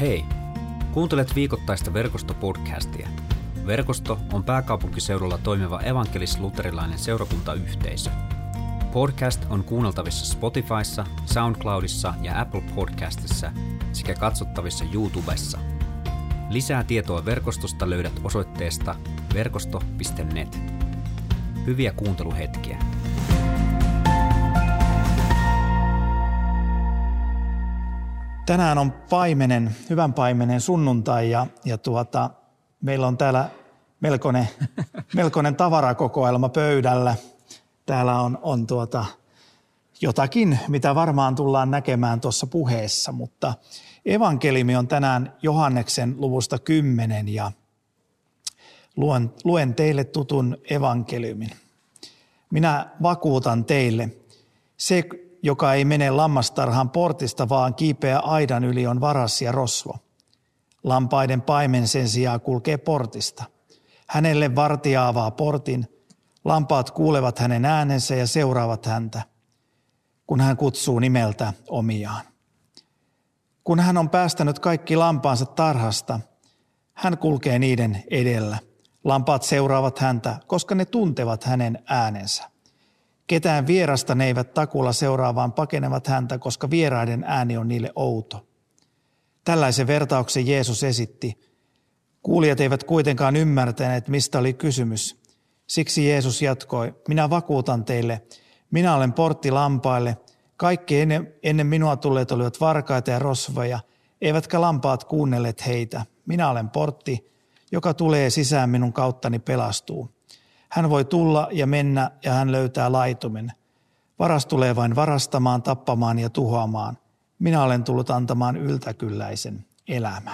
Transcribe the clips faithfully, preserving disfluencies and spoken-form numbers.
Hei! Kuuntelet viikoittaista Verkosto-podcastia. Verkosto on pääkaupunkiseudulla toimiva evankelis-luterilainen seurakuntayhteisö. Podcast on kuunneltavissa Spotifyssa, SoundCloudissa ja Apple Podcastissa sekä katsottavissa YouTubessa. Lisää tietoa verkostosta löydät osoitteesta verkosto piste net. Hyviä kuunteluhetkiä. Tänään on paimenen, hyvän paimenen sunnuntai ja, ja tuota, meillä on täällä melkoinen, melkoinen tavarakokoelma pöydällä. Täällä on, on tuota, jotakin, mitä varmaan tullaan näkemään tuossa puheessa, mutta evankeliumi on tänään Johanneksen luvusta kymmenen ja luen, luen teille tutun evankeliumin. Minä vakuutan teille, se joka ei mene lammastarhan portista, vaan kiipeä aidan yli, on varas ja rosvo. Lampaiden paimen sen sijaan kulkee portista. Hänelle vartija avaa portin. Lampaat kuulevat hänen äänensä ja seuraavat häntä, kun hän kutsuu nimeltä omiaan. Kun hän on päästänyt kaikki lampaansa tarhasta, hän kulkee niiden edellä. Lampaat seuraavat häntä, koska ne tuntevat hänen äänensä. Ketään vierasta ne eivät takulla seuraa, vaan pakenevat häntä, koska vieraiden ääni on niille outo. Tällaisen vertauksen Jeesus esitti. Kuulijat eivät kuitenkaan ymmärtäneet, mistä oli kysymys. Siksi Jeesus jatkoi, minä vakuutan teille, minä olen portti lampaille. Kaikki ennen, ennen minua tulleet olivat varkaita ja rosvoja, eivätkä lampaat kuunnelleet heitä. Minä olen portti, joka tulee sisään minun kauttani pelastuu. Hän voi tulla ja mennä ja hän löytää laitumen. Varas tulee vain varastamaan, tappamaan ja tuhoamaan. Minä olen tullut antamaan yltäkylläisen elämän.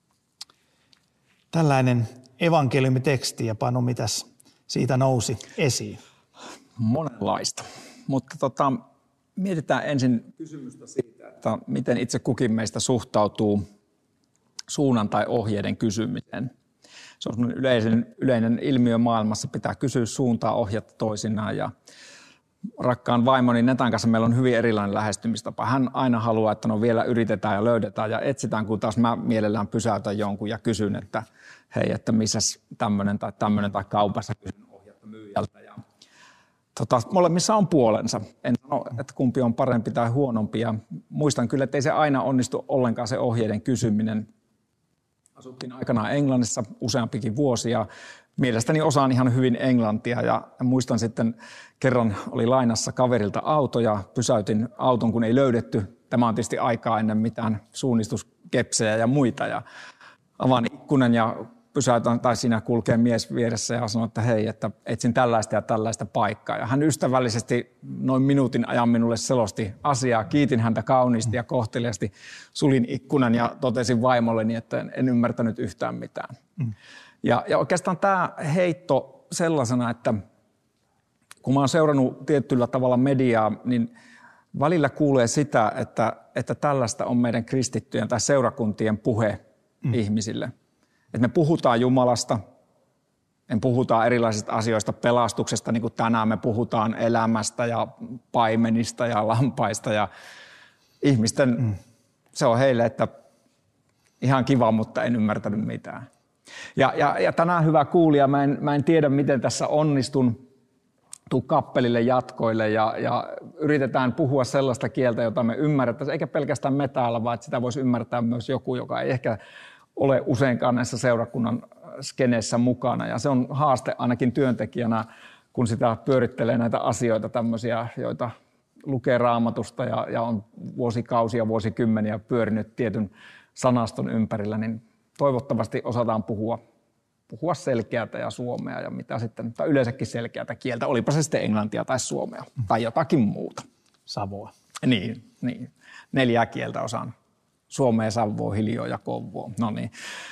Tällainen evankeliumiteksti ja Panu, mitäs siitä nousi esiin? Monenlaista, mutta tota, mietitään ensin kysymystä siitä, että miten itse kukin meistä suhtautuu suunnan tai ohjeiden kysymiseen. Se on yleinen, yleinen ilmiö maailmassa, pitää kysyä suuntaa, ohjata toisinaan ja rakkaan vaimoni Netan kanssa meillä on hyvin erilainen lähestymistapa. Hän aina haluaa, että no vielä yritetään ja löydetään ja etsitään, kun taas mä mielellään pysäytän jonkun ja kysyn, että hei, että missäs tämmöinen tai tämmöinen tai kaupassa kysyn ohjata myyjältä. Ja, tota, molemmissa on puolensa. En sano, että kumpi on parempi tai huonompi ja muistan kyllä, että ei se aina onnistu ollenkaan se ohjeiden kysyminen. Asuttiin aikanaan Englannissa useampikin vuosi ja mielestäni osaan ihan hyvin englantia ja muistan sitten kerran oli lainassa kaverilta auto ja pysäytin auton, kun ei löydetty. Tämä on tietysti aikaa ennen mitään suunnistuskepsejä ja muita ja avaan ikkunan ja pysäytän tai siinä kulkee mies vieressä ja sanoo, että hei, että etsin tällaista ja tällaista paikkaa. Ja hän ystävällisesti noin minuutin ajan minulle selosti asiaa. Kiitin häntä kauniisti ja kohteliasti. Sulin ikkunan ja totesin vaimolleni, että en, en ymmärtänyt yhtään mitään. Mm. Ja, ja oikeastaan tämä heitto sellaisena, että kun mä oon seurannut tietyllä tavalla mediaa, niin välillä kuulee sitä, että, että tällaista on meidän kristittyjen tai seurakuntien puhe mm. ihmisille. Että me puhutaan Jumalasta, me puhutaan erilaisista asioista, pelastuksesta, niin kuin tänään me puhutaan elämästä ja paimenista ja lampaista. Ja ihmisten, mm. se on heille, että ihan kiva, mutta en ymmärtänyt mitään. Ja, ja, ja tänään hyvä kuulija, mä en, mä en tiedä miten tässä onnistun, tuu kappelille jatkoille ja, ja yritetään puhua sellaista kieltä, jota me ymmärrettäisiin, eikä pelkästään me täällä, vaan että sitä voisi ymmärtää myös joku, joka ei ehkä ole useinkaan näissä seurakunnan skeneessä mukana. Ja se on haaste ainakin työntekijänä, kun sitä pyörittelee näitä asioita, tämmöisiä, joita lukee Raamatusta ja, ja on vuosikausia, vuosikymmeniä pyörinyt tietyn sanaston ympärillä, niin toivottavasti osataan puhua, puhua selkeätä ja suomea ja mitä sitten, tai yleensäkin selkeätä kieltä, olipa se sitten englantia tai suomea tai jotakin muuta. Savoa. Niin, niin. Neljää kieltä osaan. Suomea, Savoa, Hiljoa ja Kovoa. No niin.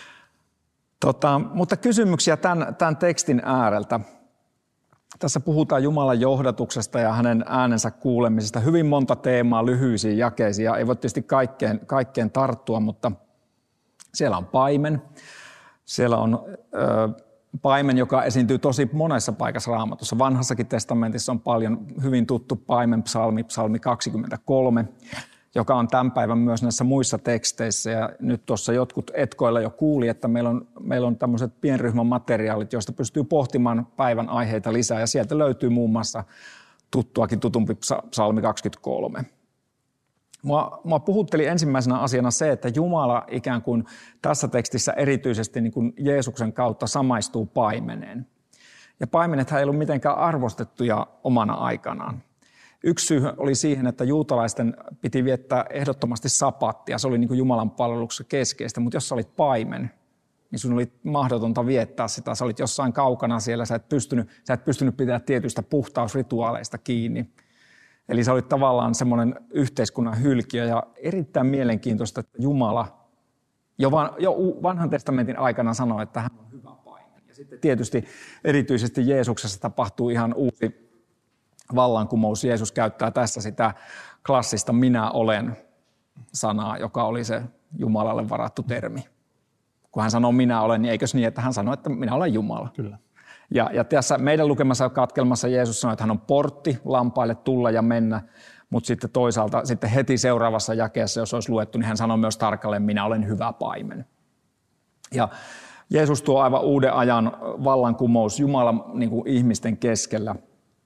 Tota, mutta kysymyksiä tämän, tämän tekstin ääreltä. Tässä puhutaan Jumalan johdatuksesta ja hänen äänensä kuulemisesta. Hyvin monta teemaa lyhyisiin jakeisiin ja ei voi tietysti kaikkeen, kaikkeen tarttua, mutta siellä on paimen. Siellä on ö, paimen, joka esiintyy tosi monessa paikassa Raamatussa. Vanhassakin testamentissa on paljon hyvin tuttu paimen psalmi, psalmi kaksikymmentäkolme. joka on tämän päivän myös näissä muissa teksteissä. Ja nyt tuossa jotkut etkoilla jo kuuli, että meillä on, meillä on tämmöiset pienryhmän materiaalit, joista pystyy pohtimaan päivän aiheita lisää. Ja sieltä löytyy muun muassa tuttuakin tutumpi psalmi kaksikymmentäkolme. Mua, mua puhutteli ensimmäisenä asiana se, että Jumala ikään kuin tässä tekstissä erityisesti niin kuin Jeesuksen kautta samaistuu paimeneen. Ja paimenethan ei ollut mitenkään arvostettuja omana aikanaan. Yksi syy oli siihen, että juutalaisten piti viettää ehdottomasti sapattia. Se oli niin kuin Jumalan palveluksessa keskeistä, mutta jos sä olit paimen, niin sun oli mahdotonta viettää sitä. Sä olit jossain kaukana siellä, sä et pystynyt, sä et pystynyt pitämään tietyistä puhtausrituaaleista kiinni. Eli se oli tavallaan semmoinen yhteiskunnan hylkiö ja erittäin mielenkiintoista, että Jumala jo, van, jo vanhan testamentin aikana sanoi, että hän on hyvä paimen. Ja sitten tietysti erityisesti Jeesuksessa tapahtuu ihan uusi vallankumous. Jeesus käyttää tässä sitä klassista minä olen sanaa, joka oli se Jumalalle varattu termi. Kun hän sanoo minä olen, niin eikös niin, että hän sanoo, että minä olen Jumala. Kyllä. Ja, ja tässä meidän lukemassa katkelmassa Jeesus sanoi, että hän on portti lampaille tulla ja mennä, mutta sitten toisaalta sitten heti seuraavassa jakeessa, jos olisi luettu, niin hän sanoi myös tarkalleen, minä olen hyvä paimen. Ja Jeesus tuo aivan uuden ajan vallankumous Jumala niin kuin ihmisten keskellä.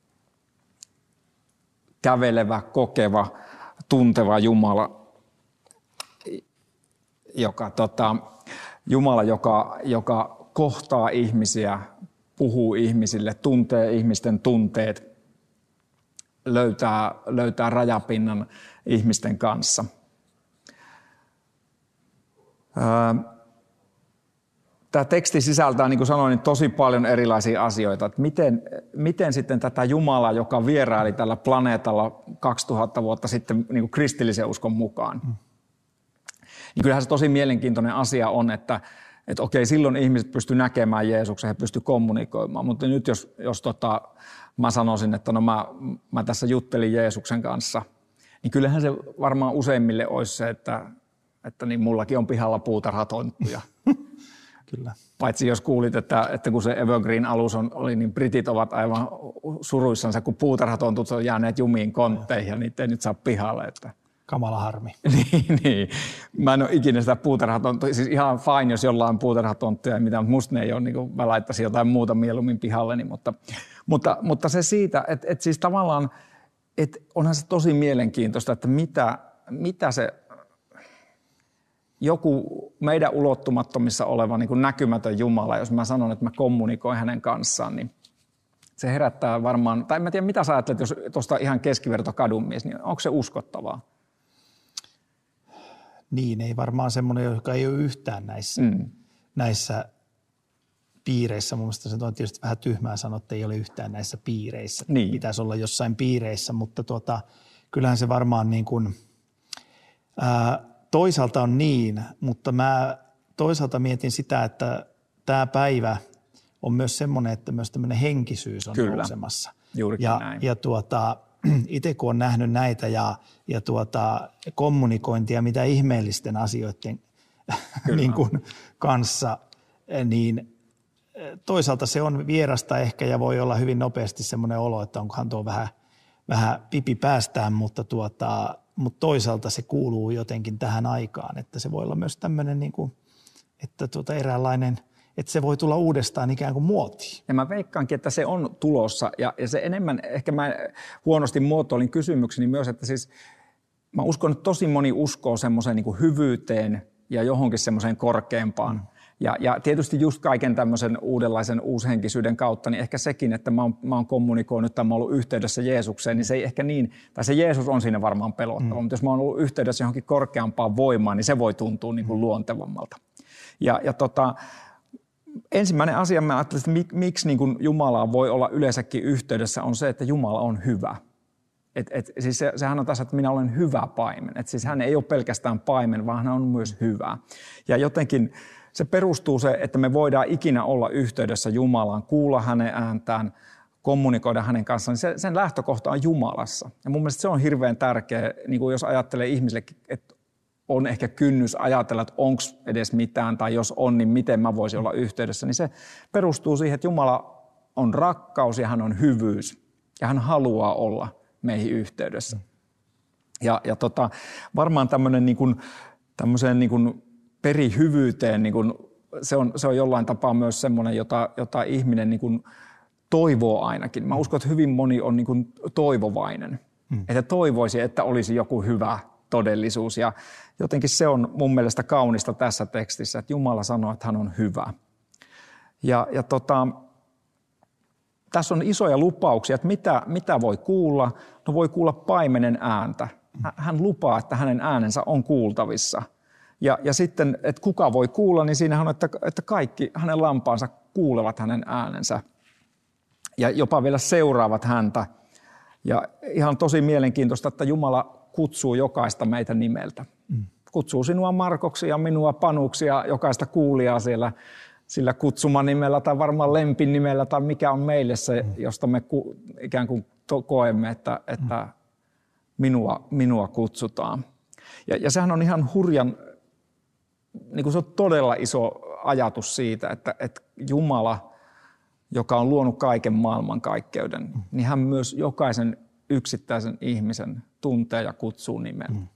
Kävelevä, kokeva, tunteva Jumala, joka, tota, Jumala, joka, joka kohtaa ihmisiä, puhuu ihmisille, tuntee ihmisten tunteet, löytää, löytää rajapinnan ihmisten kanssa. Tämä teksti sisältää, niin kuin sanoin, niin tosi paljon erilaisia asioita. Että miten, miten sitten tätä Jumalaa, joka vieraili tällä planeetalla kaksituhatta vuotta sitten niin kuin kristillisen uskon mukaan, mm. niin kyllähän se tosi mielenkiintoinen asia on, että Että okei, silloin ihmiset pystyivät näkemään Jeesuksen, he pystyivät kommunikoimaan. Mutta nyt jos, jos tota, mä sanoisin, että no mä, mä tässä juttelin Jeesuksen kanssa, niin kyllähän se varmaan useimmille olisi se, että, että niin mullakin on pihalla puutarhatonttuja. Kyllä. Paitsi jos kuulit, että, että kun se Evergreen-alus on, oli, niin britit ovat aivan suruissansa, kun puutarhatontut on jääneet jumiin kontteihin ja niitä ei nyt saa pihalle. Että kamala harmi. niin, niin. Mä en ole ikinä sitä puutarhatonttua. Siis ihan fine, jos jollain on puutarhatonttuja ja mitä, mutta musta ne ei ole, niin kuin mä laittaisin jotain muuta mieluummin pihalleni. Mutta, mutta, mutta se siitä, että, että siis tavallaan, että onhan se tosi mielenkiintoista, että mitä, mitä se joku meidän ulottumattomissa oleva niin kuin näkymätön Jumala, jos mä sanon, että mä kommunikoin hänen kanssaan, niin se herättää varmaan, tai en mä tiedä mitä sä ajattelet, jos tuosta ihan keskiverto kadunmies, niin onko se uskottavaa? Niin, ei varmaan semmoinen, joka ei ole yhtään näissä, mm. näissä piireissä. Mun mielestä se on tietysti vähän tyhmää sanoa, että ei ole yhtään näissä piireissä. Niin. Pitäisi olla jossain piireissä, mutta tuota, kyllähän se varmaan niin kuin, ää, toisaalta on niin, mutta mä toisaalta mietin sitä, että tämä päivä on myös semmoinen, että myös tämmöinen henkisyys on Kyllä. nousemassa. Juurikin ja, näin. Ja tuota, itse kun on nähnyt näitä ja, ja tuota, kommunikointia mitä ihmeellisten asioiden niin kuin kanssa, niin toisaalta se on vierasta ehkä ja voi olla hyvin nopeasti semmoinen olo, että onkohan tuo vähän, vähän pipi päästään, mutta, tuota, mutta toisaalta se kuuluu jotenkin tähän aikaan, että se voi olla myös tämmöinen, niin kuin, että tuota eräänlainen, että se voi tulla uudestaan ikään kuin muotiin. Ja mä veikkaankin, että se on tulossa ja, ja se enemmän, ehkä mä huonosti muotoilin kysymykseni myös, että siis mä uskon, että tosi moni uskoo semmoiseen niin kuin hyvyyteen ja johonkin semmoiseen korkeampaan. Mm. Ja, ja tietysti just kaiken tämmöisen uudenlaisen uushenkisyyden kautta, niin ehkä sekin, että mä oon, mä oon kommunikoinut tai mä oon ollut yhteydessä Jeesukseen, niin se ei ehkä niin, tai se Jeesus on siinä varmaan pelottava, mm. mutta jos mä oon ollut yhteydessä johonkin korkeampaan voimaan, niin se voi tuntua niin kuin luontevammalta. Ja, ja tota, ensimmäinen asia, mä ajattelin, että miksi niin kuin Jumalaa voi olla yleensäkin yhteydessä, on se, että Jumala on hyvä. Et, et, siis se, sehän on tässä, että minä olen hyvä paimen. Et siis hän ei ole pelkästään paimen, vaan hän on myös hyvä. Ja jotenkin se perustuu se, että me voidaan ikinä olla yhteydessä Jumalaan, kuulla hänen ääntään, kommunikoida hänen kanssaan. Niin se, sen lähtökohta on Jumalassa. Ja mun mielestä se on hirveän tärkeä, niin kuin jos ajattelee ihmisillekin, että on ehkä kynnys ajatella, että onko edes mitään, tai jos on, niin miten mä voisin olla yhteydessä. Niin se perustuu siihen, että Jumala on rakkaus ja hän on hyvyys. Ja hän haluaa olla meihin yhteydessä. Ja, ja tota, varmaan tämmöinen niin kuin, tämmöiseen niin kuin perihyvyyteen, niin kuin, se, on, se on jollain tapaa myös semmoinen, jota, jota ihminen niin kuin toivoo ainakin. Mä uskon, että hyvin moni on niin kuin toivovainen, hmm. että toivoisi, että olisi joku hyvä todellisuus. Ja jotenkin se on mun mielestä kaunista tässä tekstissä, että Jumala sanoo, että hän on hyvä. Ja, ja tota, tässä on isoja lupauksia, että mitä, mitä voi kuulla. No voi kuulla paimenen ääntä. Hän lupaa, että hänen äänensä on kuultavissa. Ja, ja sitten, että kuka voi kuulla, niin siinähän on, että, että kaikki hänen lampaansa kuulevat hänen äänensä. Ja jopa vielä seuraavat häntä. Ja ihan tosi mielenkiintoista, että Jumala kutsuu jokaista meitä nimeltä. Mm. Kutsuu sinua Markoksi ja minua Panuksi ja jokaista kuulijaa siellä sillä kutsumanimellä tai varmaan lempinimellä tai mikä on meille se, mm. josta me ku, ikään kuin to, koemme, että, että mm. minua, minua kutsutaan. Ja, ja sehän on ihan hurjan, niin kuin se on todella iso ajatus siitä, että, että Jumala, joka on luonut kaiken maailmankaikkeuden, mm. niin hän myös jokaisen yksittäisen ihmisen tuntee ja kutsuu nimellä. Mm.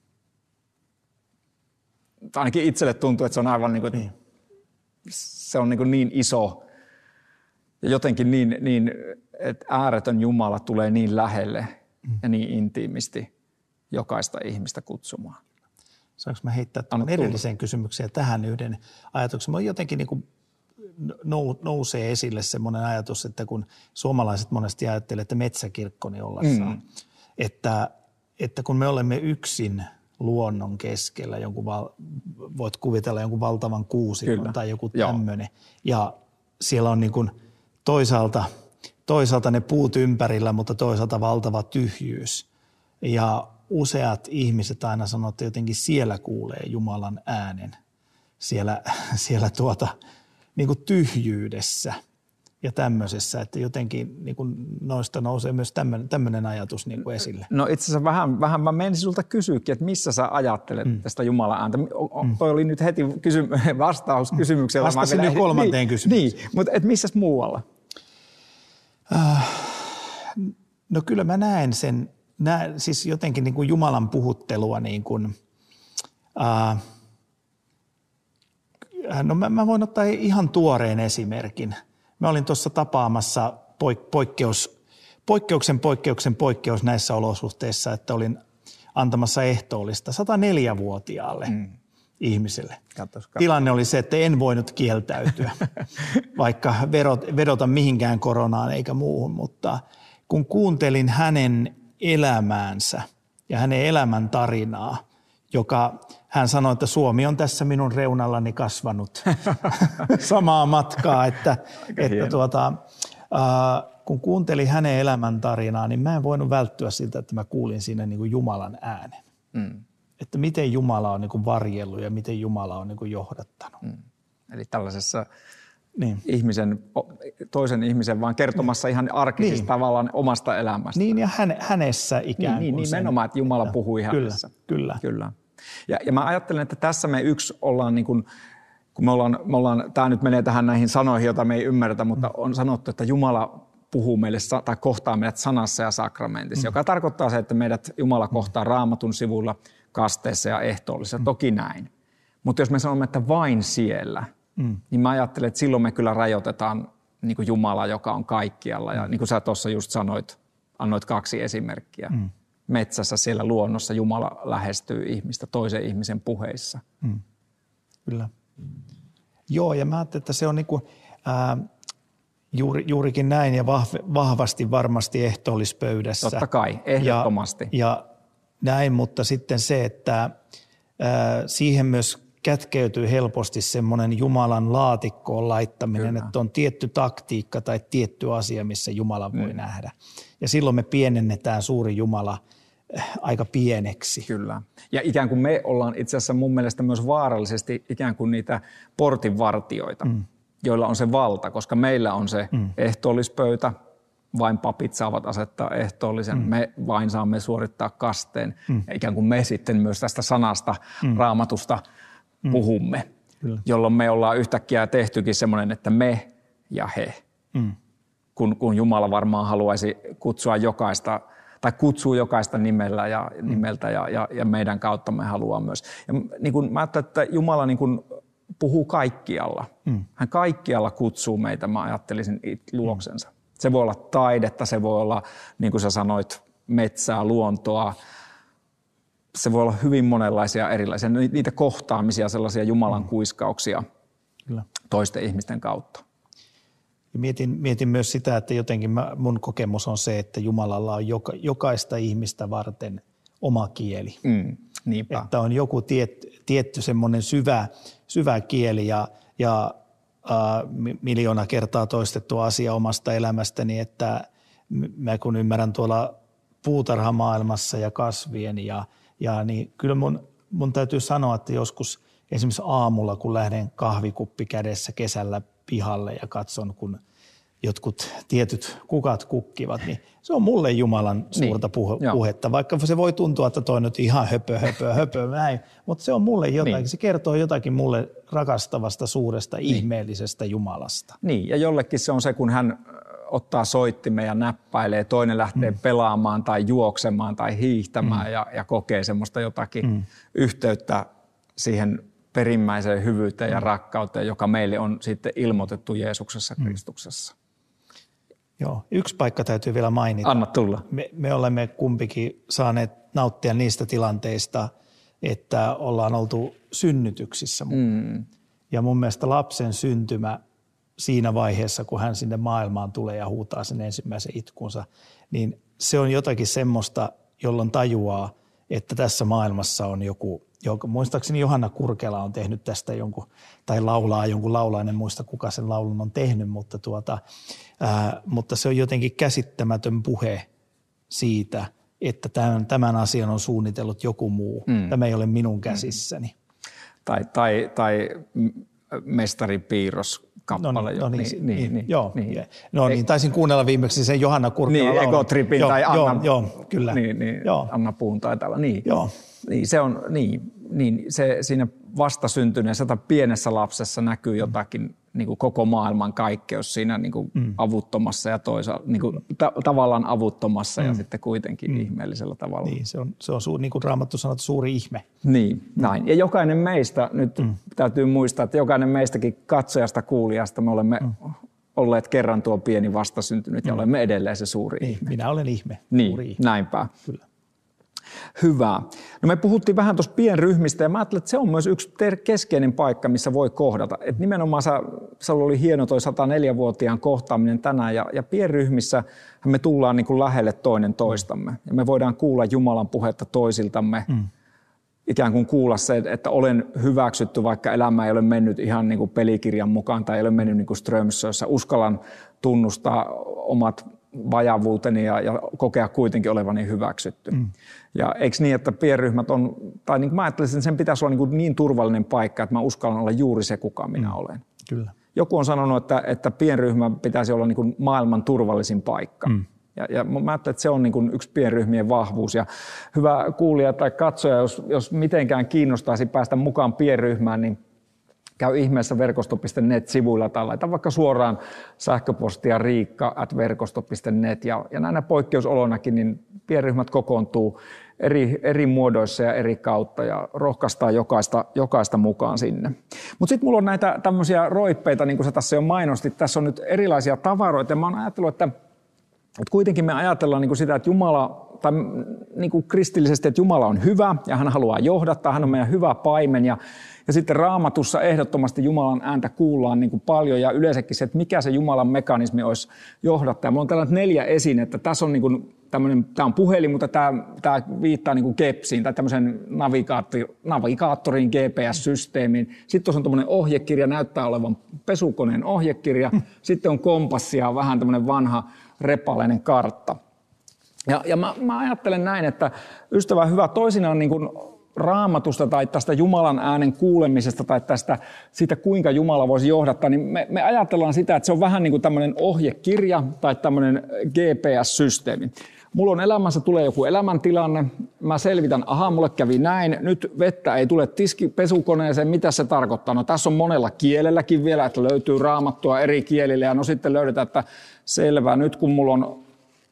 Ainakin itselle tuntuu, että se on aivan niin kuin, niin. Se on niin, niin iso ja jotenkin niin, niin, että ääretön Jumala tulee niin lähelle mm. ja niin intiimisti jokaista ihmistä kutsumaan. Saanko mä heittää tämän edelliseen kysymykseen tähän yhden ajatuksen? Mä jotenkin niin kuin nousee esille semmoinen ajatus, että kun suomalaiset monesti ajattelee, että metsäkirkkoni ollassaan, mm. että, että kun me olemme yksin luonnon keskellä, jonkun val, voit kuvitella jonkun valtavan kuusikon Kyllä. tai joku tämmöinen, ja siellä on niin kuin toisaalta, toisaalta ne puut ympärillä, mutta toisaalta valtava tyhjyys. Ja useat ihmiset aina sanoo, että jotenkin siellä kuulee Jumalan äänen, siellä, siellä tuota, niin kuin tyhjyydessä ja tämmöisessä, että jotenkin niin kuin noista nousee myös tämmöinen, tämmöinen ajatus niin kuin esille. No itse asiassa vähän, vähän mä menisin sulta kysyäkin, että missä sä ajattelet mm. tästä Jumalan ääntä. O, mm. Toi oli nyt heti kysy, vastaus kysymykseen. Vastasin jo kolmanteen niin, kysymykseen. Niin, mutta et missäs muualla? Uh, no kyllä mä näen sen, näen, siis jotenkin niin kuin Jumalan puhuttelua niin kuin, uh, no mä, mä voin ottaa ihan tuoreen esimerkin. Mä olin tuossa tapaamassa poikkeus, poikkeuksen, poikkeuksen, poikkeus näissä olosuhteissa, että olin antamassa ehtoollista sata neljä vuotiaalle mm. ihmiselle. Katos, katos. Tilanne oli se, että en voinut kieltäytyä, vaikka verot, vedota mihinkään koronaan eikä muuhun, mutta kun kuuntelin hänen elämäänsä ja hänen elämän tarinaa, joka hän sanoi, että Suomi on tässä minun reunallani kasvanut samaa matkaa, että, että tuota, äh, kun kuuntelin hänen elämäntarinaa, niin mä en voinut välttyä siltä, että mä kuulin siinä niin kuin Jumalan äänen. Mm. Että miten Jumala on niin kuin varjellut ja miten Jumala on niin kuin johdattanut. Mm. Eli tällaisessa niin. ihmisen, toisen ihmisen vaan kertomassa niin. ihan arkisista niin. tavallaan omasta elämästä. Niin ja hän, hänessä ikään niin, kuin. Niin, nimenomaan, että Jumala että, puhui hänessä. Kyllä, kyllä. kyllä. Ja, ja mä ajattelen, että tässä me yksi ollaan, niin kuin, kun me ollaan, me ollaan, tämä nyt menee tähän näihin sanoihin, joita me ei ymmärretä, mutta on sanottu, että Jumala puhuu meille tai kohtaa meidät sanassa ja sakramentissa, mm. joka tarkoittaa se, että meidät Jumala kohtaa Raamatun sivulla, kasteessa ja ehtoollisessa. Mm. Toki näin. Mutta jos me sanomme, että vain siellä, mm. niin mä ajattelen, että silloin me kyllä rajoitetaan niin kuin Jumala, joka on kaikkialla. Ja niin kuin sä tuossa just sanoit, annoit kaksi esimerkkiä. Mm. Metsässä siellä luonnossa Jumala lähestyy ihmistä toisen ihmisen puheissa. Mm. Kyllä. Joo, ja mä ajattelin, että se on niin kuin, ää, juuri, juurikin näin ja vahv, vahvasti varmasti ehtoollispöydässä. Totta kai, ehdottomasti. Ja, ja näin, mutta sitten se, että ää, siihen myös kätkeytyy helposti semmoinen Jumalan laatikkoon laittaminen, Kyllä. että on tietty taktiikka tai tietty asia, missä Jumala voi mm. nähdä. Ja silloin me pienennetään suuri Jumala aika pieneksi. Kyllä. Ja ikään kuin me ollaan itse asiassa mun mielestä myös vaarallisesti ikään kuin niitä portinvartijoita, mm. joilla on se valta, koska meillä on se mm. ehtoollispöytä, vain papit saavat asettaa ehtoollisen, mm. me vain saamme suorittaa kasteen. Mm. Ja ikään kuin me sitten myös tästä sanasta, mm. Raamatusta mm. puhumme, Kyllä. jolloin me ollaan yhtäkkiä tehtykin semmoinen, että me ja he. Mm. Kun, kun Jumala varmaan haluaisi kutsua jokaista tai kutsuu jokaista nimellä ja, nimeltä ja, ja, ja meidän kautta me haluaa myös. Ja niin kuin mä ajattelen, että Jumala niin kuin puhuu kaikkialla. Mm. Hän kaikkialla kutsuu meitä, mä ajattelisin, luoksensa. Mm. Se voi olla taidetta, se voi olla, niin kuin sä sanoit, metsää, luontoa. Se voi olla hyvin monenlaisia erilaisia, niitä kohtaamisia, sellaisia Jumalan mm. kuiskauksia Kyllä. toisten ihmisten kautta. Ja mietin, mietin myös sitä, että jotenkin mä, mun kokemus on se, että Jumalalla on joka, jokaista ihmistä varten oma kieli. Mm, niinpä. Että on joku tiet, tietty semmoinen syvä, syvä kieli ja, ja äh, miljoona kertaa toistettu asia omasta elämästäni, että mä kun ymmärrän tuolla puutarhamaailmassa ja kasvien ja, ja niin kyllä mun, mun täytyy sanoa, että joskus esimerkiksi aamulla, kun lähden kahvikuppi kädessä kesällä pihalle ja katson, kun jotkut tietyt kukat kukkivat, niin se on mulle Jumalan suurta niin, puhe- puhetta. Vaikka se voi tuntua, että toi nyt ihan höpö, höpö, höpö, näin, mutta se on mulle jotakin. Niin. Se kertoo jotakin mulle rakastavasta, suuresta, niin. ihmeellisestä Jumalasta. Niin, ja jollekin se on se, kun hän ottaa soittimen ja näppäilee, toinen lähtee mm. pelaamaan tai juoksemaan tai hiihtämään mm. ja, ja kokee semmoista jotakin mm. yhteyttä siihen perimmäiseen hyvyyteen mm. ja rakkauteen, joka meille on sitten ilmoitettu Jeesuksessa mm. Kristuksessa. Joo, yksi paikka täytyy vielä mainita. Anna tulla. Me, me olemme kumpikin saaneet nauttia niistä tilanteista, että ollaan oltu synnytyksissä. Mm. Ja mun mielestä lapsen syntymä siinä vaiheessa, kun hän sinne maailmaan tulee ja huutaa sen ensimmäisen itkunsa, niin se on jotakin semmoista, jolloin tajuaa, että tässä maailmassa on joku, joka, muistaakseni Johanna Kurkela on tehnyt tästä jonkun, tai laulaa jonkun laulainen, en muista kuka sen laulun on tehnyt, mutta, tuota, ää, mutta se on jotenkin käsittämätön puhe siitä, että tämän, tämän asian on suunnitellut joku muu. Mm. Tämä ei ole minun käsissäni. Mm. Tai, tai, tai mestari Piirros. Kappale, no, no, niin, niin, niin, niin, niin, joo. Niin. No niin, taisin kuunnella viimeksi sen Johanna Kurkelan niin, Egotripin joo, tai joo, Anna, joo, kyllä. Niin, niin, joo. Anna Puun taitalla. Niin. Joo. Niin, se on, niin, niin, se siinä vastasyntyneessä tai pienessä lapsessa näkyy jotakin niin kuin koko maailman kaikkeus siinä niin kuin mm. avuttomassa ja toisaalta niin kuin ta- tavallaan avuttomassa mm. ja sitten kuitenkin mm. ihmeellisellä tavalla. Niin, se on, se on su, niin kuin Raamattu sanoo, suuri ihme. Niin, näin. Ja jokainen meistä, nyt mm. täytyy muistaa, että jokainen meistäkin katsojasta, kuulijasta, me olemme mm. olleet kerran tuo pieni vastasyntynyt ja mm. olemme edelleen se suuri niin, ihme. Minä olen ihme, niin, suuri ihme. Näinpä. Kyllä. Hyvä. No me puhuttiin vähän tuossa pienryhmistä ja mä ajattelen, että se on myös yksi keskeinen paikka, missä voi kohdata. Et nimenomaan se oli hieno toi sata neljä vuotiaan kohtaaminen tänään ja, ja pienryhmissä me tullaan niin kuin lähelle toinen toistamme. Ja me voidaan kuulla Jumalan puhetta toisiltamme, mm. ikään kuin kuulla se, että olen hyväksytty, vaikka elämä ei ole mennyt ihan niin kuin pelikirjan mukaan tai ei ole mennyt niin kuin Strömsössä. Uskallan tunnustaa omat vajavuuteni ja, ja kokea kuitenkin olevani hyväksytty. Mm. Ja eikö niin, että pienryhmät on, tai niin kuin mä ajattelisin, että sen pitäisi olla niin, kuin niin turvallinen paikka, että mä uskallan olla juuri se, kuka minä mm. olen. Kyllä. Joku on sanonut, että, että pienryhmä pitäisi olla niin kuin maailman turvallisin paikka. Mm. Ja, ja mä ajattelen, että se on niin kuin yksi pienryhmien vahvuus. Ja hyvä kuulija tai katsoja, jos, jos mitenkään kiinnostaisi päästä mukaan pienryhmään, niin käy ihmeessä verkosto piste net-sivuilla tai laita vaikka suoraan sähköpostia riikka at verkosto piste net. Ja, ja näinä poikkeusoloinakin niin pienryhmät kokoontuu eri, eri muodoissa ja eri kautta ja rohkaistaan jokaista, jokaista mukaan sinne. Mutta sitten mulla on näitä tämmöisiä roippeita, niin kuin sä tässä jo mainostit. Tässä on nyt erilaisia tavaroita. Mä oon ajatellut, että, että kuitenkin me ajatellaan niin kuin sitä, että Jumala, tai niin kuin kristillisesti, että Jumala on hyvä ja hän haluaa johdattaa. Hän on meidän hyvä paimen ja Ja sitten Raamatussa ehdottomasti Jumalan ääntä kuullaan niin kuin paljon ja yleensäkin se, että mikä se Jumalan mekanismi olisi johdattaa. Mulla on tällainen neljä esinettä. Tässä on niin kuin tämmöinen, tämä on puhelin, mutta tämä, tämä viittaa niin kuin kepsiin tai tämmöisen navigaattoriin, G P S-systeemiin. Sitten tuossa on tämmöinen ohjekirja, näyttää olevan pesukoneen ohjekirja. Sitten on kompassi ja vähän tämmöinen vanha repaleinen kartta. Ja, ja mä, mä ajattelen näin, että ystävä hyvä, toisinaan niin kuin Raamatusta tai tästä Jumalan äänen kuulemisesta tai tästä siitä, kuinka Jumala voisi johdattaa, niin me, me ajatellaan sitä, että se on vähän niin kuin tämmöinen ohjekirja tai tämmöinen G P S-systeemi. Mulla on elämässä, tulee joku elämäntilanne, mä selvitän, aha, mulle kävi näin, nyt vettä ei tule tiskipesukoneeseen, mitä se tarkoittaa? No tässä on monella kielelläkin vielä, että löytyy Raamattua eri kielillä ja no sitten löydetään, että selvä, nyt kun mulla on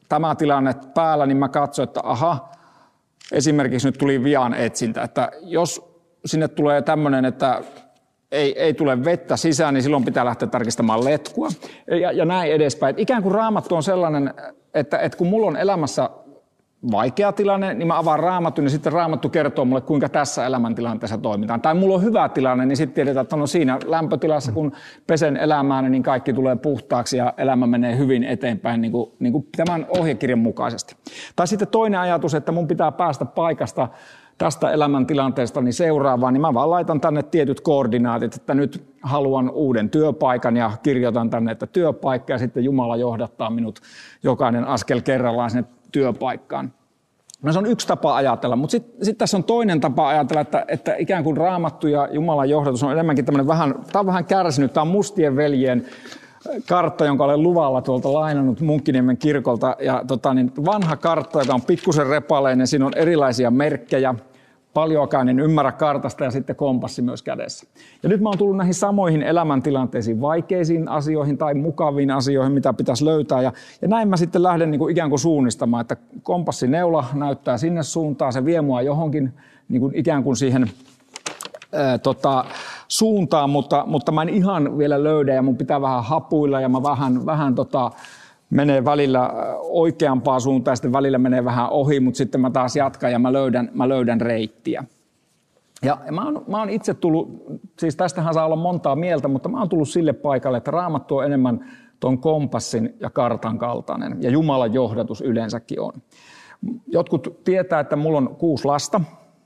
tämä tilanne päällä, niin mä katsoin, että aha, esimerkiksi nyt tuli vian etsintä, että jos sinne tulee tämmöinen, että ei, ei tule vettä sisään, niin silloin pitää lähteä tarkistamaan letkua ja, ja näin edespäin. Et ikään kuin Raamattu on sellainen, että, että kun mulla on elämässä vaikea tilanne, niin mä avaan Raamatun ja sitten Raamattu kertoo mulle, kuinka tässä elämäntilanteessa toimitaan. Tai mulla on hyvä tilanne, niin sitten tiedetään, että no siinä lämpötilassa, kun pesen elämään, niin kaikki tulee puhtaaksi ja elämä menee hyvin eteenpäin niin kuin, niin kuin tämän ohjekirjan mukaisesti. Tai sitten toinen ajatus, että mun pitää päästä paikasta tästä elämäntilanteesta niin seuraavaan, niin mä vaan laitan tänne tietyt koordinaatit, että nyt haluan uuden työpaikan ja kirjoitan tänne, että työpaikka ja sitten Jumala johdattaa minut jokainen askel kerrallaan sinne työpaikkaan. No se on yksi tapa ajatella, mutta sitten sit tässä on toinen tapa ajatella, että, että ikään kuin Raamattu ja Jumalan johdatus on enemmänkin tämmöinen vähän, tämä on vähän kärsinyt, tämä on Mustien veljien kartta, jonka olen luvalla tuolta lainannut Munkkiniemen kirkolta. Ja tota, niin vanha kartta, joka on pikkusen repaleinen, siinä on erilaisia merkkejä. Paljoakaan en ymmärrä kartasta ja sitten kompassi myös kädessä. Ja nyt mä oon tullut näihin samoihin elämäntilanteisiin, vaikeisiin asioihin tai mukaviin asioihin, mitä pitäisi löytää. Ja, ja näin mä sitten lähden niin kuin ikään kuin suunnistamaan, että kompassineula näyttää sinne suuntaan, se vie mua johonkin niin kuin ikään kuin siihen ää, tota, suuntaan, mutta, mutta mä en ihan vielä löydä ja mun pitää vähän hapuilla ja mä vähän, vähän tota, menee välillä oikeampaan suuntaan ja sitten välillä menee vähän ohi, mutta sitten mä taas jatkan ja mä löydän, mä löydän reittiä. Ja mä oon, mä oon itse tullut, siis tästähän saa olla montaa mieltä, mutta mä oon tullut sille paikalle, että Raamattu on enemmän ton kompassin ja kartan kaltainen ja Jumalan johdatus yleensäkin on. Jotkut tietää, että mulla on kuusi lasta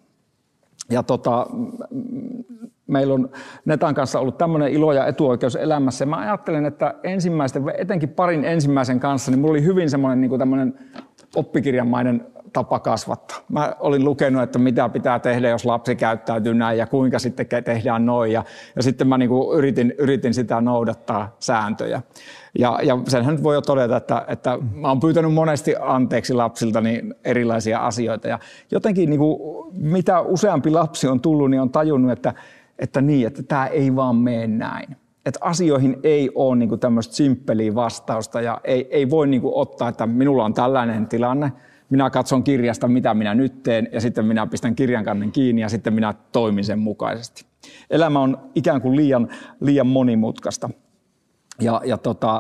ja tota, meillä on Netan kanssa ollut tämmöinen ilo ja etuoikeus elämässä. Mä ajattelen, että ensimmäisten, etenkin parin ensimmäisen kanssa, niin mulla oli hyvin semmoinen niin kuin tämmöinen oppikirjamainen tapa kasvattaa. Mä olin lukenut, että mitä pitää tehdä, jos lapsi käyttäytyy näin ja kuinka sitten tehdään noin. Ja, ja sitten mä niin kuin yritin, yritin sitä noudattaa sääntöjä. Ja, ja senhän nyt voi jo todeta, että, että mä oon pyytänyt monesti anteeksi lapsiltani erilaisia asioita. Ja jotenkin niin kuin, mitä useampi lapsi on tullut, niin on tajunnut, että Että niin, että tämä ei vaan mene näin. Että asioihin ei ole niinku tämmöistä simppeliä vastausta ja ei, ei voi niinku ottaa, että minulla on tällainen tilanne. Minä katson kirjasta, mitä minä nyt teen ja sitten minä pistän kirjankannen kiinni ja sitten minä toimin sen mukaisesti. Elämä on ikään kuin liian, liian monimutkaista. Ja, ja tota,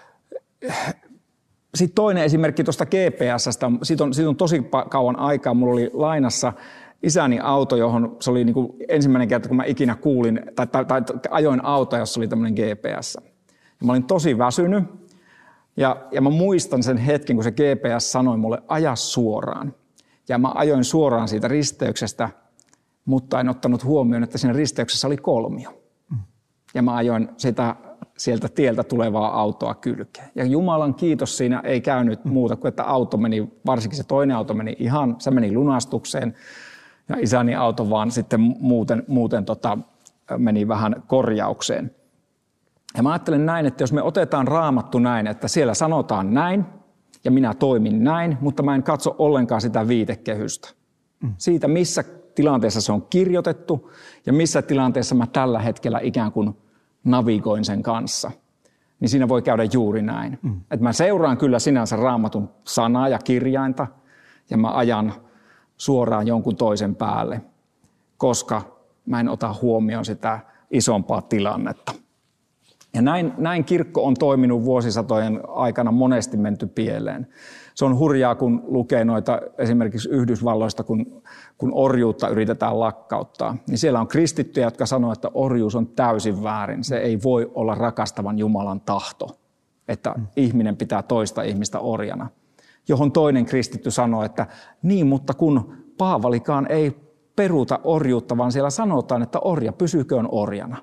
sitten toinen esimerkki tuosta G P S:stä. Siitä on, siitä on tosi kauan aikaa. Mulla oli lainassa isäni auto, johon se oli niin kuin ensimmäinen kerta, kun mä ikinä kuulin, tai, tai, tai ajoin auto, jossa oli tämmöinen G P S. Ja mä olin tosi väsynyt, ja, ja mä muistan sen hetken, kun se G P S sanoi mulle, aja suoraan. Ja mä ajoin suoraan siitä risteyksestä, mutta en ottanut huomioon, että siinä risteyksessä oli kolmio. Ja mä ajoin sitä sieltä tieltä tulevaa autoa kylkeen. Ja Jumalan kiitos, siinä ei käynyt muuta kuin, että auto meni, varsinkin se toinen auto meni ihan, se meni lunastukseen. Ja isäni auto vaan sitten muuten, muuten tota, meni vähän korjaukseen. Ja mä ajattelen näin, että jos me otetaan Raamattu näin, että siellä sanotaan näin ja minä toimin näin, mutta mä en katso ollenkaan sitä viitekehystä. Mm. Siitä, missä tilanteessa se on kirjoitettu ja missä tilanteessa mä tällä hetkellä ikään kuin navigoin sen kanssa, niin siinä voi käydä juuri näin. Mm. Että mä seuraan kyllä sinänsä Raamatun sanaa ja kirjainta ja mä ajan suoraan jonkun toisen päälle, koska mä en ota huomioon sitä isompaa tilannetta. Ja näin, näin kirkko on toiminut vuosisatojen aikana monesti menty pieleen. Se on hurjaa, kun lukee noita esimerkiksi Yhdysvalloista, kun, kun orjuutta yritetään lakkauttaa. Niin siellä on kristittyjä, jotka sanoo, että orjuus on täysin väärin. Se ei voi olla rakastavan Jumalan tahto, että mm. ihminen pitää toista ihmistä orjana. Johon toinen kristitty sanoo, että niin, mutta kun Paavalikaan ei peruuta orjuutta, vaan siellä sanotaan, että orja pysyköön orjana.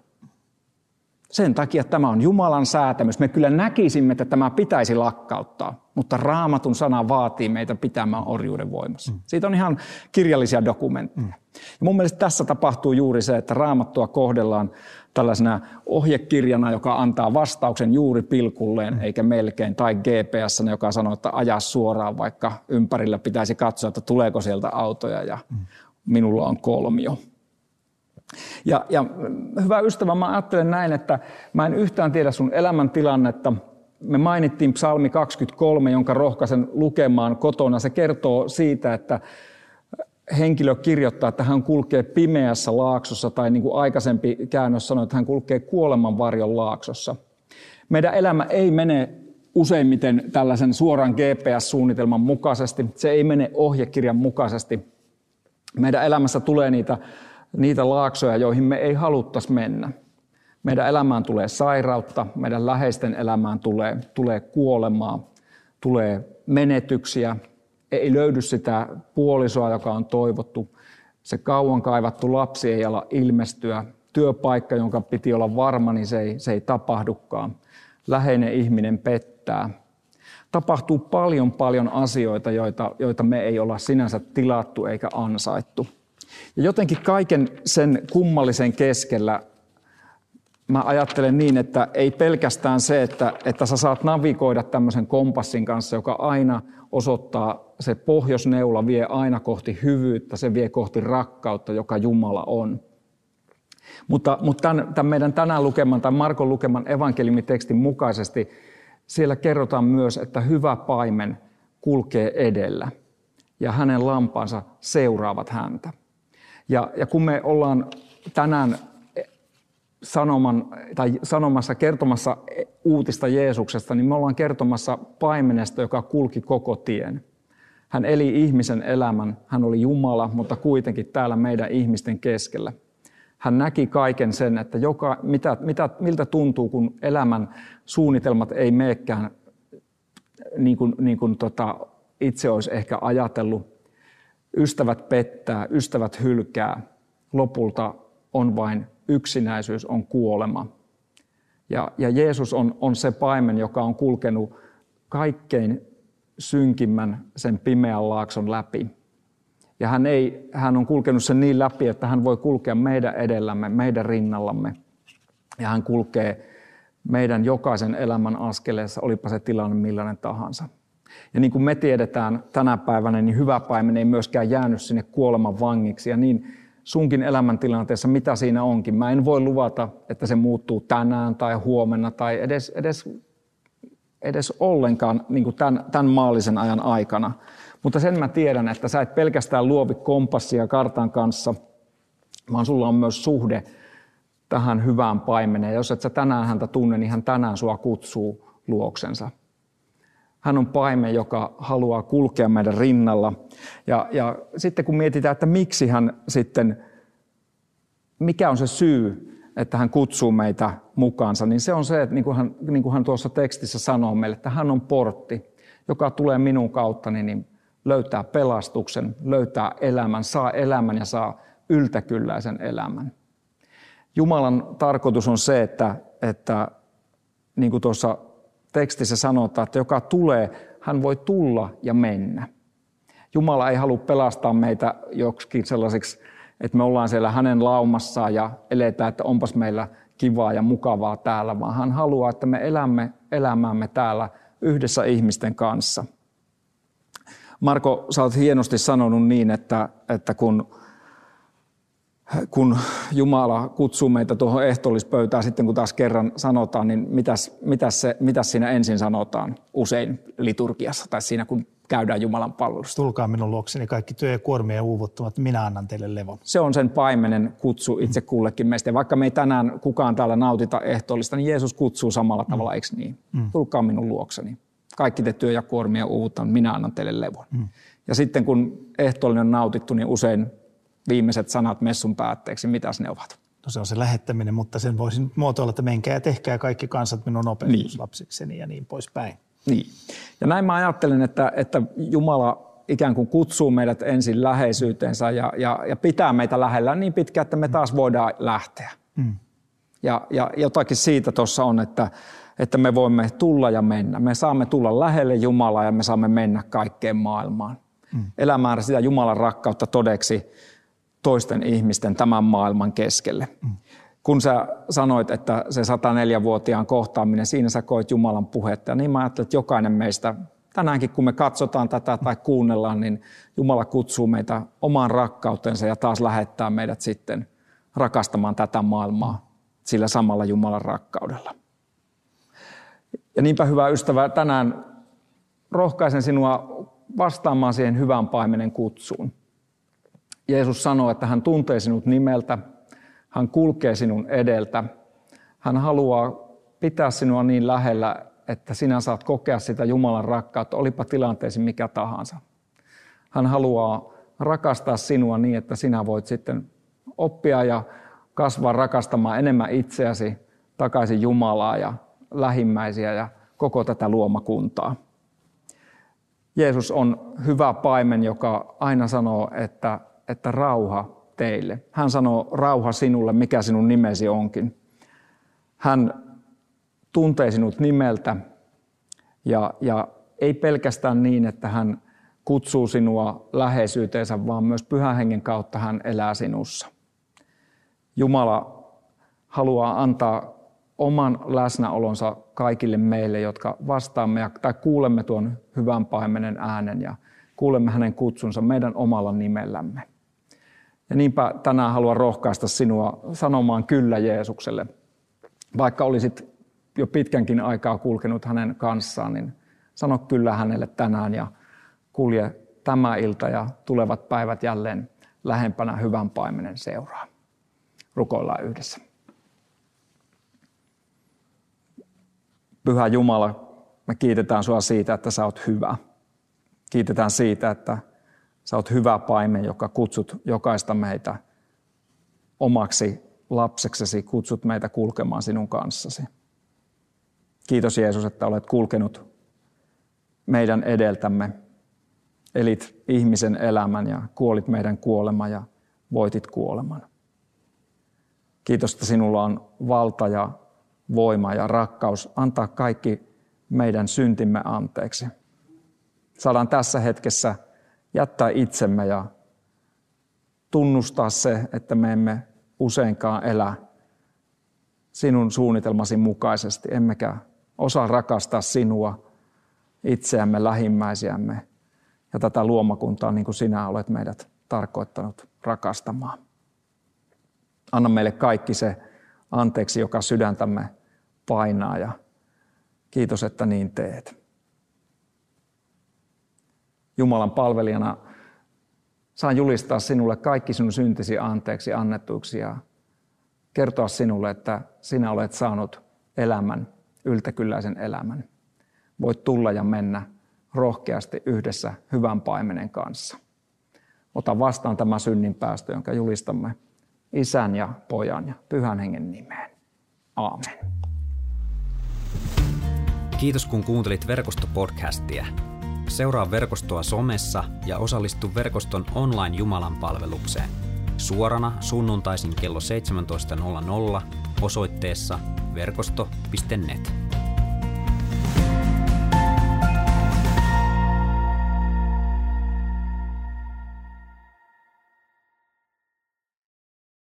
Sen takia tämä on Jumalan säätämys. Me kyllä näkisimme, että tämä pitäisi lakkauttaa, mutta Raamatun sana vaatii meitä pitämään orjuuden voimassa. Mm. Siitä on ihan kirjallisia dokumentteja. Mm. Ja mun mielestä tässä tapahtuu juuri se, että Raamattua kohdellaan tällaisena ohjekirjana, joka antaa vastauksen juuri pilkulleen, mm. eikä melkein, tai G P S, joka sanoo, että aja suoraan, vaikka ympärillä pitäisi katsoa, että tuleeko sieltä autoja ja mm. minulla on kolmio. Ja, ja hyvä ystävä, mä ajattelen näin, että mä en yhtään tiedä sun elämäntilannetta, me mainittiin psalmi kaksikymmentäkolme, jonka rohkaisen lukemaan kotona. Se kertoo siitä, että henkilö kirjoittaa, että hän kulkee pimeässä laaksossa, tai niin kuin aikaisempi käännös sanoi, että hän kulkee kuoleman varjon laaksossa. Meidän elämä ei mene useimmiten tällaisen suoran G P S-suunnitelman mukaisesti. Se ei mene ohjekirjan mukaisesti. Meidän elämässä tulee niitä, niitä laaksoja, joihin me ei haluttaisi mennä. Meidän elämään tulee sairautta, meidän läheisten elämään tulee, tulee kuolemaa, tulee menetyksiä. Ei löydy sitä puolisoa, joka on toivottu. Se kauan kaivattu lapsi ei ala ilmestyä. Työpaikka, jonka piti olla varma, niin se ei, se ei tapahdukaan. Läheinen ihminen pettää. Tapahtuu paljon paljon asioita, joita, joita me ei olla sinänsä tilattu eikä ansaittu. Ja jotenkin kaiken sen kummallisen keskellä mä ajattelen niin, että ei pelkästään se, että, että sä saat navigoida tämmöisen kompassin kanssa, joka aina osoittaa, se pohjoisneula vie aina kohti hyvyyttä, se vie kohti rakkautta, joka Jumala on. Mutta, mutta tämän, tämän meidän tänään lukeman, tai Markon lukeman evankeliumitekstin mukaisesti, siellä kerrotaan myös, että hyvä paimen kulkee edellä ja hänen lampaansa seuraavat häntä. Ja, ja kun me ollaan tänään sanoman, tai sanomassa, kertomassa uutista Jeesuksesta, niin me ollaan kertomassa paimenesta, joka kulki koko tien. Hän eli ihmisen elämän, hän oli Jumala, mutta kuitenkin täällä meidän ihmisten keskellä. Hän näki kaiken sen, että joka, mitä, mitä, miltä tuntuu, kun elämän suunnitelmat ei meekään niin kuin, niin kuin tota, itse olisi ehkä ajatellut. Ystävät pettää, ystävät hylkää, lopulta on vain yksinäisyys, on kuolema. Ja, ja Jeesus on, on se paimen, joka on kulkenut kaikkein synkimmän sen pimeän laakson läpi. Ja hän, ei, hän on kulkenut sen niin läpi, että hän voi kulkea meidän edellämme, meidän rinnallamme. Ja hän kulkee meidän jokaisen elämän askeleessa, olipa se tilanne millainen tahansa. Ja niin kuin me tiedetään tänä päivänä, niin hyvä paimen ei myöskään jäänyt sinne kuoleman vangiksi. Ja niin sunkin elämäntilanteessa, mitä siinä onkin. Mä en voi luvata, että se muuttuu tänään tai huomenna tai edes, edes, edes ollenkaan niin kuin tämän, tämän maallisen ajan aikana. Mutta sen mä tiedän, että sä et pelkästään luovi kompassia kartan kanssa, vaan sulla on myös suhde tähän hyvään paimeneen. Jos et sä tänään häntä tunne, niin hän tänään sua kutsuu luoksensa. Hän on paimen, joka haluaa kulkea meidän rinnalla. Ja, ja sitten kun mietitään, että miksi hän sitten, mikä on se syy, että hän kutsuu meitä mukaansa, niin se on se, että niin kuin hän, niin kuin hän tuossa tekstissä sanoo meille, että hän on portti, joka tulee minun kauttani, niin löytää pelastuksen, löytää elämän, saa elämän ja saa yltäkylläisen elämän. Jumalan tarkoitus on se, että, että niin kuin tuossa tekstissä sanotaan, että joka tulee, hän voi tulla ja mennä. Jumala ei halua pelastaa meitä joksikin sellaisiksi, että me ollaan siellä hänen laumassaan ja eletään, että onpas meillä kivaa ja mukavaa täällä, vaan hän haluaa, että me elämme elämäämme täällä yhdessä ihmisten kanssa. Marko, sä oot hienosti sanonut niin, että, että kun, kun Jumala kutsuu meitä tuohon ehtoollispöytään, sitten kun taas kerran sanotaan, niin mitäs, mitäs, se, mitäs siinä ensin sanotaan usein liturgiassa tai siinä, kun käydään Jumalan palvelusta? Tulkaa minun luokseni kaikki työ ja kuormia ja uuvuttumat, minä annan teille levon. Se on sen paimenen kutsu itse kullekin meistä. Ja vaikka me ei tänään kukaan täällä nautita ehtoollista, niin Jeesus kutsuu samalla tavalla, mm. eikö niin? Mm. Tulkaa minun luokseni. Kaikki te työ ja kuormia uuvuttumat, minä annan teille levon. Mm. Ja sitten kun ehtoollinen on nautittu, niin usein viimeiset sanat messun päätteeksi, mitäs ne ovat? No se on se lähettäminen, mutta sen voisin muotoilla, että menkää ja tehkää kaikki kansat minun opetuslapsikseni niin. ja niin poispäin. Niin. Ja näin mä ajattelen, että, että Jumala ikään kuin kutsuu meidät ensin läheisyyteensä ja, ja, ja pitää meitä lähellä niin pitkään, että me taas voidaan lähteä. Mm. Ja, ja jotakin siitä tuossa on, että, että me voimme tulla ja mennä. Me saamme tulla lähelle Jumalaa ja me saamme mennä kaikkeen maailmaan. Mm. Elämään sitä Jumalan rakkautta todeksi toisten ihmisten tämän maailman keskelle. Mm. Kun sä sanoit, että se sataneljävuotiaan kohtaaminen, siinä sä koit Jumalan puhetta. Ja niin mä ajattelen, että jokainen meistä, tänäänkin kun me katsotaan tätä tai kuunnellaan, niin Jumala kutsuu meitä omaan rakkautensa ja taas lähettää meidät sitten rakastamaan tätä maailmaa sillä samalla Jumalan rakkaudella. Ja niinpä, hyvä ystävä, tänään rohkaisen sinua vastaamaan siihen hyvän paimenen kutsuun. Jeesus sanoo, että hän tuntee sinut nimeltä, hän kulkee sinun edeltä, hän haluaa pitää sinua niin lähellä, että sinä saat kokea sitä Jumalan rakkautta, olipa tilanteesi mikä tahansa. Hän haluaa rakastaa sinua niin, että sinä voit sitten oppia ja kasvaa rakastamaan enemmän itseäsi, takaisin Jumalaa ja lähimmäisiä ja koko tätä luomakuntaa. Jeesus on hyvä paimen, joka aina sanoo, että, että rauha teille. Hän sanoo rauha sinulle, mikä sinun nimesi onkin. Hän tuntee sinut nimeltä ja, ja ei pelkästään niin, että hän kutsuu sinua läheisyyteensä, vaan myös Pyhän Hengen kautta hän elää sinussa. Jumala haluaa antaa oman läsnäolonsa kaikille meille, jotka vastaamme tai kuulemme tuon hyvän paimenen äänen ja kuulemme hänen kutsunsa meidän omalla nimellämme. Ja niinpä tänään haluan rohkaista sinua sanomaan kyllä Jeesukselle. Vaikka olisit jo pitkänkin aikaa kulkenut hänen kanssaan, niin sano kyllä hänelle tänään ja kulje tämä ilta ja tulevat päivät jälleen lähempänä hyvän paimenen seuraa. Rukoillaan yhdessä. Pyhä Jumala, me kiitetään sinua siitä, että sä oot hyvä. Kiitetään siitä, että sä oot hyvä paimen, joka kutsut jokaista meitä omaksi lapseksesi, kutsut meitä kulkemaan sinun kanssasi. Kiitos Jeesus, että olet kulkenut meidän edeltämme, elit ihmisen elämän ja kuolit meidän kuoleman ja voitit kuoleman. Kiitos, että sinulla on valta ja voima ja rakkaus antaa kaikki meidän syntimme anteeksi. Saadaan tässä hetkessä jättää itsemme ja tunnustaa se, että me emme useinkaan elä sinun suunnitelmasi mukaisesti, emmekä osaa rakastaa sinua, itseämme, lähimmäisiämme ja tätä luomakuntaa niin kuin sinä olet meidät tarkoittanut rakastamaan. Anna meille kaikki se anteeksi, joka sydäntämme painaa ja kiitos, että niin teet. Jumalan palvelijana saan julistaa sinulle kaikki sinun syntisi anteeksi annettuiksi ja kertoa sinulle, että sinä olet saanut elämän, yltäkylläisen elämän. Voit tulla ja mennä rohkeasti yhdessä hyvän paimenen kanssa. Ota vastaan tämä synninpäästö, jonka julistamme Isän ja Pojan ja Pyhän Hengen nimeen. Aamen. Kiitos kun kuuntelit Verkosto-podcastia. Seuraa Verkostoa somessa ja osallistu Verkoston online Jumalan palvelukseen. Suorana sunnuntaisin kello seitsemäntoista nolla nolla osoitteessa verkosto piste net.